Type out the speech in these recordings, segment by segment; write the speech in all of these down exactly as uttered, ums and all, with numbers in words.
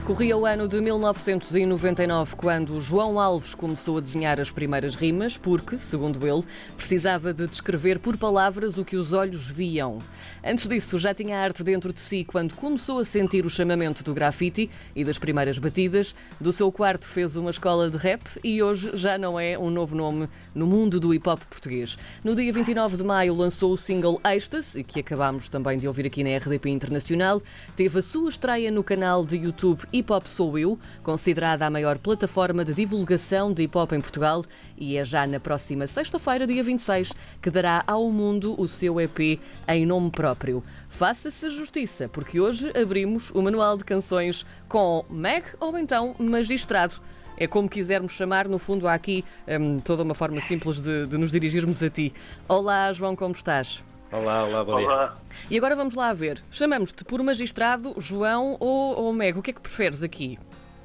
Corria o ano de mil novecentos e noventa e nove, quando João Alves começou a desenhar as primeiras rimas, porque, segundo ele, precisava de descrever por palavras o que os olhos viam. Antes disso, já tinha a arte dentro de si quando começou a sentir o chamamento do grafite e das primeiras batidas. Do seu quarto fez uma escola de rap e hoje já não é um novo nome no mundo do hip-hop português. No dia vinte e nove de maio lançou o single Êxtase, que acabámos também de ouvir aqui na R D P Internacional. Teve a sua estreia no canal de YouTube Hip Hop Sou Eu, considerada a maior plataforma de divulgação de hip hop em Portugal, e é já na próxima sexta-feira, dia vinte e seis, que dará ao mundo o seu E P em nome próprio. Faça-se justiça, porque hoje abrimos o manual de canções com Meg ou então Magistrado. É como quisermos chamar, no fundo há aqui hum, toda uma forma simples de, de nos dirigirmos a ti. Olá, João, como estás? Olá, olá, bom dia. Olá. E agora vamos lá ver. Chamamos-te por Magistrado, João ou, ou Meg? O que é que preferes aqui?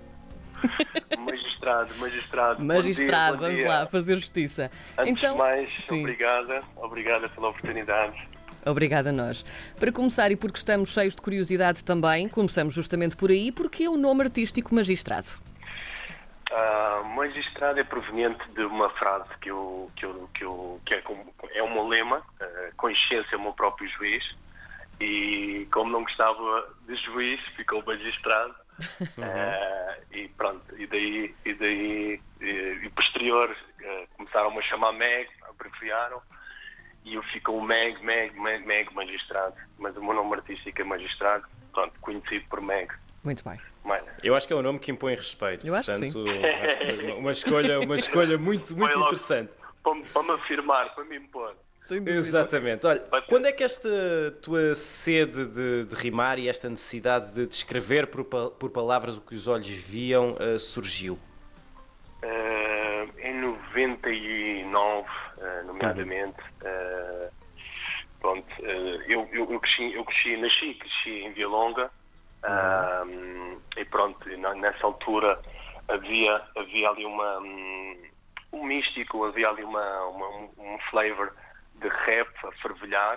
Magistrado, magistrado. Magistrado, Bom dia, bom vamos dia. lá fazer justiça. Antes então, de mais, sim. obrigada, obrigada pela oportunidade. Obrigada a nós. Para começar, e porque estamos cheios de curiosidade também, começamos justamente por aí, porque é o nome artístico Magistrado. Uh, magistrado é proveniente de uma frase que eu que eu que eu que é como é um lema, uh, consciência é o meu próprio juiz, e como não gostava de juiz, ficou magistrado. Uhum. Uh, e pronto, e daí e daí e, e posterior uh, começaram-me a chamar Meg, abreviaram, e eu fico o Meg, Meg, Meg, Meg, magistrado, mas o meu nome artístico é Magistrado, pronto, conhecido por Meg. Muito bem. Mas, Eu acho que é um nome que impõe respeito. Eu acho Portanto, que sim. acho que foi uma, uma escolha, uma escolha muito, muito Foi logo interessante. Para, para me afirmar, para me impor. Sem dúvida. Exatamente. Olha, Pode ser. quando é que esta tua sede de, de rimar e esta necessidade de descrever por, pa- por palavras o que os olhos viam uh, surgiu? Uh, em noventa e nove, uh, nomeadamente, uh, pronto, uh, eu, eu, eu, cresci, eu cresci, nasci, cresci em Via Longa, uh, e pronto, e na- nessa altura havia, havia ali uma, um, um místico, havia ali uma, uma, um, um flavor de rap a fervilhar,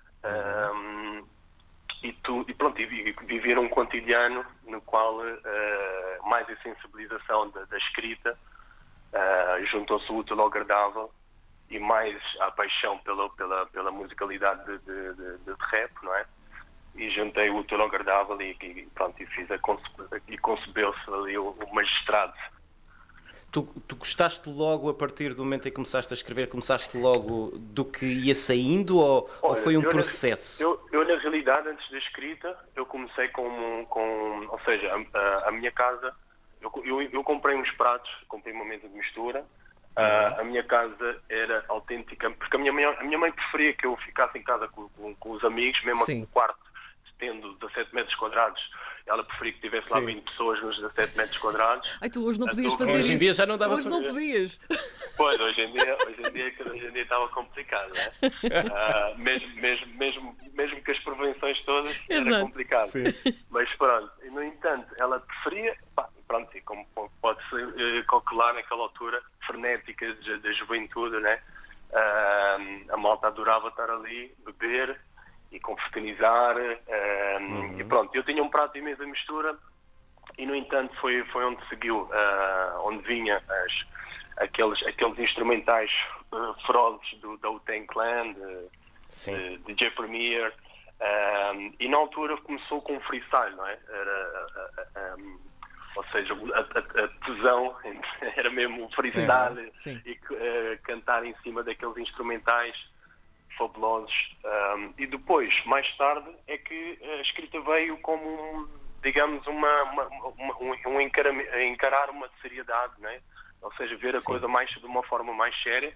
um, e, tu, e pronto, e, e viver um cotidiano no qual uh, mais a sensibilização da, da escrita Uh, juntou-se o útil ao agradável e mais a paixão pela, pela, pela musicalidade de, de, de, de rap, não é? E juntei o útil ao agradável e, e pronto, e fiz a conce- e concebeu-se ali o, o magistrado. Tu, tu gostaste logo, a partir do momento em que começaste a escrever, começaste logo do que ia saindo ou, ou Olha, foi um eu, processo? Eu, eu, na realidade, antes da escrita, eu comecei com, com ou seja, a, a, a minha casa. Eu, eu, eu comprei uns pratos, comprei uma mesa de mistura. Uh, a minha casa era autêntica, porque a minha mãe, a minha mãe preferia que eu ficasse em casa com, com, com os amigos, mesmo Sim. o quarto tendo dezassete metros quadrados. Ela preferia que tivesse lá Sim. vinte pessoas nos dezassete metros quadrados. Ai, tu hoje não Ah, podias tu- fazer Hoje em isso. dia já não dava Hoje para- não podias. Pois, hoje em dia, hoje em dia, hoje em dia estava complicado, não é? Uh, mesmo, mesmo, mesmo, mesmo que as prevenções todas, era Exato. complicado. Sim. Mas pronto, e, no entanto, ela preferia, pá, pronto, e como pode-se eh, calcular naquela altura frenética de- da juventude, né? Uh, a malta adorava estar ali, beber e confraternizar, uh, Uhum. e pronto, eu tinha um prato e mesa de mistura, e no entanto foi, foi onde seguiu, uh, onde vinha as, aqueles, aqueles instrumentais uh, ferozes do, da Wu-Tang Clan, de, Sim. de, de J Premier, um, e na altura começou com freestyle, não é? Era, uh, uh, um, ou seja, a, a, a tesão era mesmo o freestyle, Sim. e uh, cantar em cima daqueles instrumentais fabulosos. Um, e depois, mais tarde, é que a escrita veio como, um, digamos, uma, uma, uma, um, um encarar, encarar uma seriedade, não é? Ou seja, ver a Sim. coisa mais, de uma forma mais séria.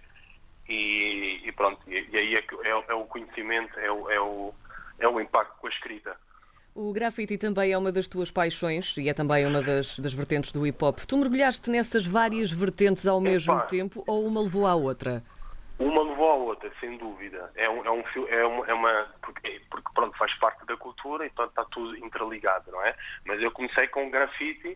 E, e pronto, e, e aí é, que é, é o conhecimento, é o, é, o, é o impacto com a escrita. O grafite também é uma das tuas paixões e é também uma das, das vertentes do hip-hop. Tu mergulhaste nessas várias vertentes ao mesmo Epá. tempo ou uma levou à outra? Uma levou à outra, sem dúvida. É, um, é, um, fio- é, uma, é uma. Porque, porque pronto, faz parte da cultura, então está tudo interligado, não é? Mas eu comecei com grafite.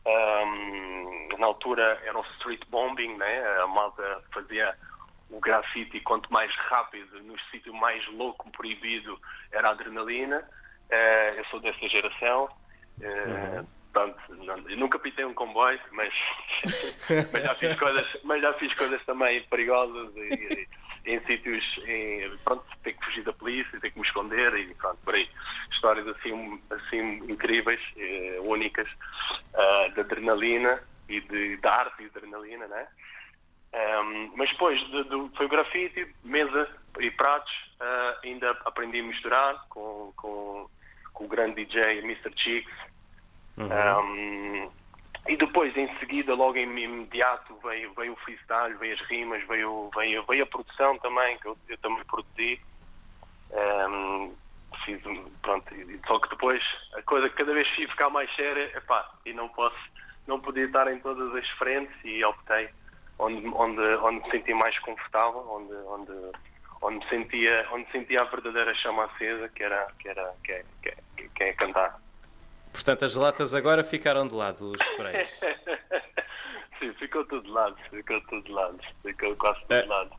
Um, na altura era o street bombing, né? A malta fazia o grafite e quanto mais rápido, no sítio mais louco, proibido, era a adrenalina. Uh, eu sou dessa geração. Uh, Uhum. Portanto, não, eu nunca pitei um comboio, mas, mas, já fiz coisas, mas já fiz coisas também perigosas e, e, em sítios, em, pronto, ter que fugir da polícia, ter que me esconder e pronto, por aí. Histórias assim, assim incríveis, eh, únicas, uh, de adrenalina e de, de arte e adrenalina, né? Um, mas depois de, de, foi o grafite, mesa e pratos, uh, ainda aprendi a misturar com, com, com o grande D J mister Cheeks. Uhum. Um, e depois, em seguida, logo em imediato, veio, veio o freestyle, veio as rimas, veio, veio, veio a produção também, que eu, eu também produzi. Um, fiz, pronto, só que depois a coisa cada vez fica mais séria, epá, e não posso, não podia estar em todas as frentes e optei onde, onde, onde me senti mais confortável, onde, onde, onde, me sentia, onde sentia a verdadeira chama acesa, que era, que era que é, que é, que é cantar. Portanto, as latas agora ficaram de lado, os sprays. Sim, ficou tudo de lado, ficou tudo de lado, ficou quase tudo de lado.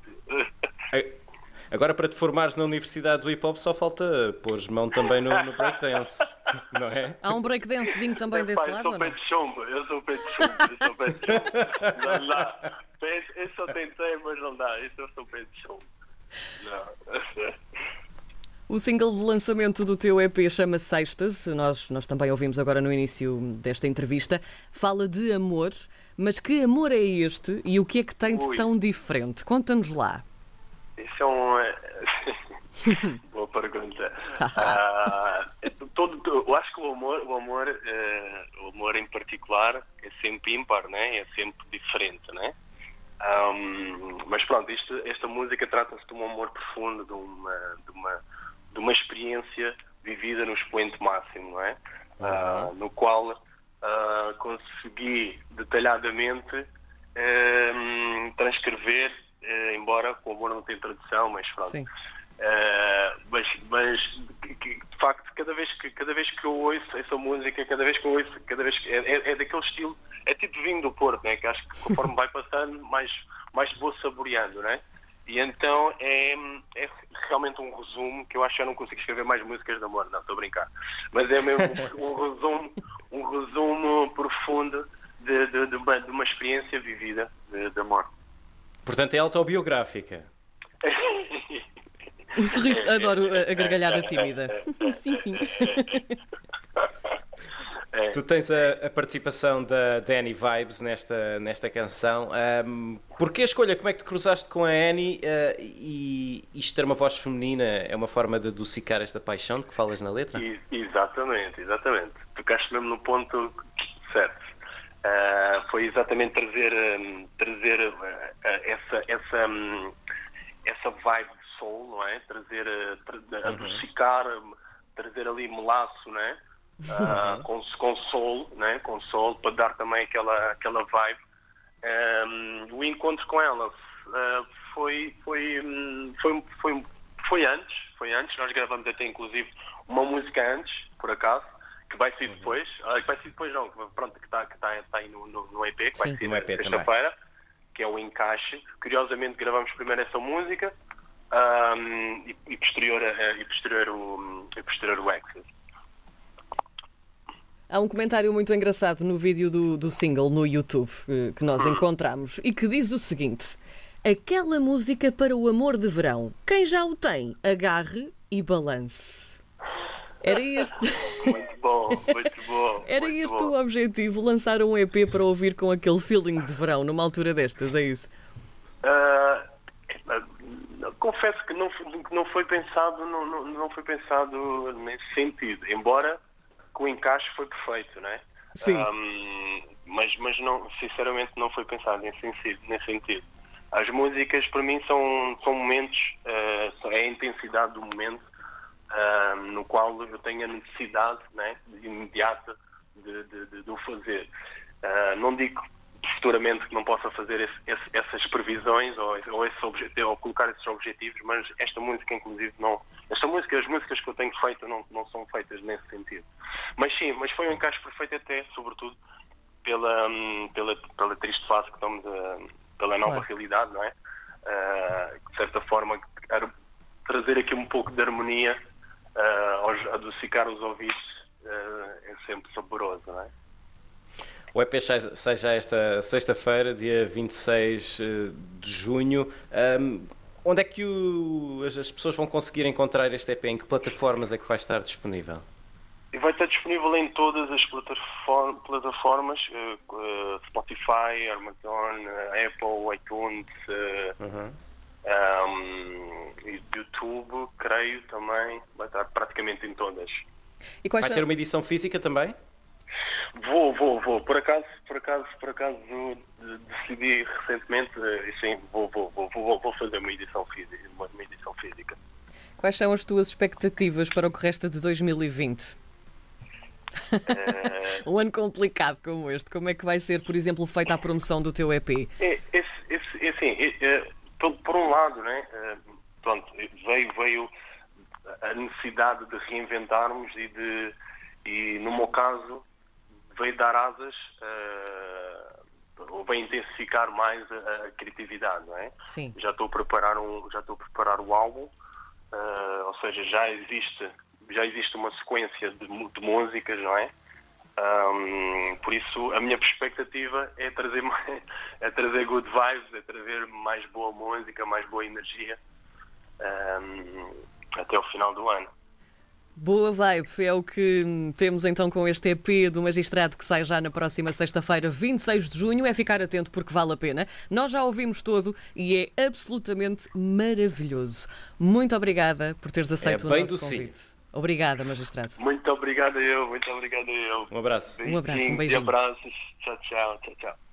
Agora, para te formares na Universidade do Hip Hop, só falta pôr mão também no, no breakdance, não é? Há um breakdancezinho também desse Pai, lado, eu ou sou não? pé de chumbo, eu sou pé de chumbo, eu sou pé de chumbo. Não dá. Eu só tentei, mas não dá, isso eu sou pé de chumbo. Não. O single de lançamento do teu E P chama-se Sextas, nós, nós também ouvimos agora no início desta entrevista. Fala de amor, mas que amor é este e o que é que tem de Ui. tão diferente? Conta-nos lá. Isso é um... Boa pergunta. uh, todo, eu acho que o amor, o amor, uh, o amor em particular é sempre ímpar, né? É sempre diferente, né? Um, mas pronto, isto, esta música trata-se de um amor profundo, de uma, de uma, de uma experiência vivida no expoente máximo, não é? Uh, no qual uh, consegui detalhadamente uh, transcrever, uh, embora o amor não tenha tradução, mas pronto. Sim. Uh, mas, mas de facto, cada vez que cada vez que eu ouço essa música, cada vez que eu ouço, cada vez que é, é, é daquele estilo, é tipo vinho do Porto, né? Que acho que conforme vai passando, mais mais vou saboreando, né? E então é, é realmente um resumo que eu acho que eu não consigo escrever mais músicas de amor, não, estou a brincar, mas é mesmo um resumo um resumo profundo de, de, de, uma, de uma experiência vivida de, de amor. Portanto, é autobiográfica. O sorriso, adoro a gargalhada tímida. Sim, sim. Tu tens a, a participação da, da Annie Vibes nesta, nesta canção. Um, porquê a escolha? Como é que te cruzaste com a Annie? Uh, e isto ter uma voz feminina é uma forma de adocicar esta paixão de que falas na letra? E, exatamente, exatamente. Tocaste mesmo no ponto certo. Uh, foi exatamente trazer, um, trazer uh, essa, essa, um, essa vibe de soul, não é? Trazer, uh, tra adocicar, um, trazer ali melaço, não é? Uh, com, com soul, né? Com soul, para dar também aquela, aquela vibe. Um, o encontro com ela uh, foi, foi, um, foi, foi, foi antes, foi antes, nós gravamos até inclusive uma música antes, por acaso, que vai ser depois, uh, que vai ser depois não, pronto, que está que tá, tá aí no, no, no E P, que vai Sim. ser no E P sexta-feira, que é o Encaixe. Curiosamente gravamos primeiro essa música um, e, e posterior, uh, e posterior o, e posterior o Access. Há um comentário muito engraçado no vídeo do, do single no YouTube que nós encontramos e que diz o seguinte: aquela música para o amor de verão, quem já o tem, agarre e balance. Era este, Muito bom, muito bom. Era muito este bom. o objetivo, lançar um E P para ouvir com aquele feeling de verão numa altura destas, é isso? Uh, confesso que não, que não foi pensado, não, não, não foi pensado nesse sentido, embora o encaixe foi perfeito, não é? Sim. Um, mas mas não, sinceramente não foi pensado nesse sentido. Nesse sentido. As músicas para mim são, são momentos, uh, é a intensidade do momento uh, no qual eu tenho a necessidade, né, imediata de, de, de, de o fazer. Uh, não digo futuramente que não possa fazer esse, esse, essas previsões ou, ou, esse objetivo, ou colocar esses objetivos, mas esta música inclusive não, esta música, as músicas que eu tenho feito não, não são feitas nesse sentido. Mas sim, mas foi um encaixe perfeito até, sobretudo, pela, pela, pela triste fase que estamos a, pela nova Claro. realidade, não é? Uh, de certa forma, trazer aqui um pouco de harmonia, uh, aos, adocicar os ouvidos, uh, é sempre saboroso, não é? O E P sai já esta sexta-feira, dia vinte e seis de junho. Um, onde é que o, as, as pessoas vão conseguir encontrar este E P? Em que plataformas é que vai estar disponível? Vai estar disponível em todas as plataform plataformas, uh, uh, Spotify, Amazon, uh, Apple, iTunes, uh, uhum. um, YouTube, creio também, vai estar praticamente em todas. E quais vai são... ter uma edição física também? Vou, vou, vou. Por acaso, por acaso, por acaso decidi recentemente, sim, vou, vou, vou, vou, vou fazer uma edição física, uma, uma edição física. Quais são as tuas expectativas para o que resta de dois mil e vinte? Uh... um ano complicado como este. Como é que vai ser, por exemplo, feita a promoção do teu E P? É, esse, esse, é assim, é, é, por, por um lado, né, é, pronto, veio, veio a necessidade de reinventarmos e de, e no meu caso, veio dar asas, uh, ou veio intensificar mais a, a criatividade, não é? Sim. Já estou a preparar um, já estou a preparar o álbum, uh, ou seja, já existe, já existe uma sequência de, de músicas, não é? Um, por isso, a minha perspectiva é trazer mais, é trazer good vibes, é trazer mais boa música, mais boa energia, um, até o final do ano. Boa vibe, é o que temos então com este E P do Magistrado que sai já na próxima sexta-feira, vinte e seis de junho. É ficar atento porque vale a pena. Nós já ouvimos todo e é absolutamente maravilhoso. Muito obrigada por teres aceito é bem o nosso do convite. Sim. Obrigada, Magistrado. Muito obrigado a eu, muito obrigado a eu. Um abraço. Um abraço, um beijinho. Abraços. Tchau, tchau, tchau, tchau.